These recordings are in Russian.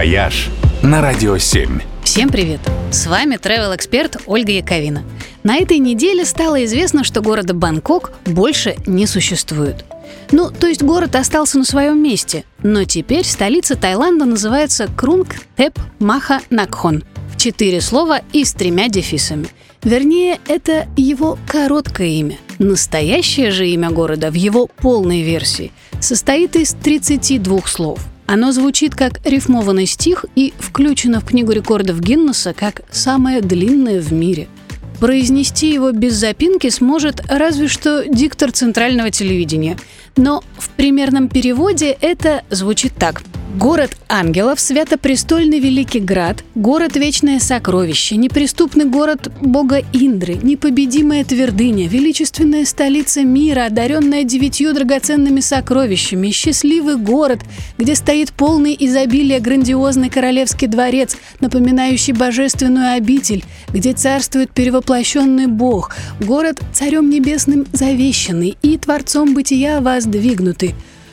«Вояж» на Радио 7. Всем привет! С вами travel-эксперт Ольга Яковина. На этой неделе стало известно, что города Бангкок больше не существует. То есть город остался на своем месте, но теперь столица Таиланда называется Крунгтеп Маха Накхон. 4 слова и с 3 дефисами. Вернее, это его короткое имя. Настоящее же имя города в его полной версии состоит из 32 слов. Оно звучит как рифмованный стих и включено в Книгу рекордов Гиннесса как самое длинное в мире. Произнести его без запинки сможет разве что диктор центрального телевидения. Но в примерном переводе это звучит так. Город ангелов, свято-престольный великий град, город вечное сокровище, неприступный город бога Индры, непобедимая твердыня, величественная столица мира, одаренная 9 драгоценными сокровищами, счастливый город, где стоит полный изобилия грандиозный королевский дворец, напоминающий божественную обитель, где царствует перевоплощенный бог, город царем небесным завещанный и творцом бытия воздвигнутый.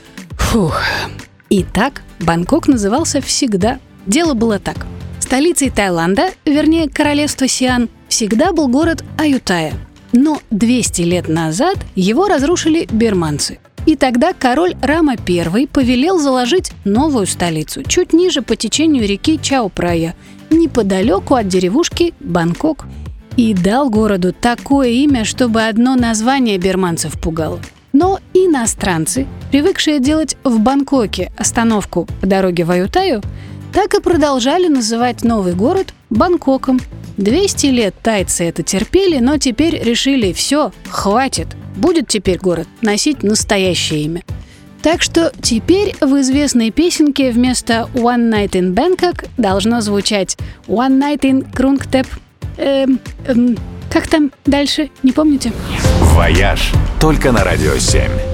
Итак, Бангкок назывался всегда. Дело было так. Столицей Таиланда, вернее королевства Сиан, всегда был город Аютая. Но 200 лет назад его разрушили бирманцы. И тогда король Рама I повелел заложить новую столицу, чуть ниже по течению реки Чао-Прая, неподалеку от деревушки Бангкок. И дал городу такое имя, чтобы одно название бирманцев пугало. Но иностранцы, привыкшие делать в Бангкоке остановку по дороге в Аютаю, так и продолжали называть новый город Бангкоком. 200 лет тайцы это терпели, но теперь решили: все, хватит, будет теперь город носить настоящее имя. Так что теперь в известной песенке вместо «One Night in Bangkok» должно звучать «One Night in Kruнгtep». Как там дальше, не помните? «Вояж» только на Радио 7.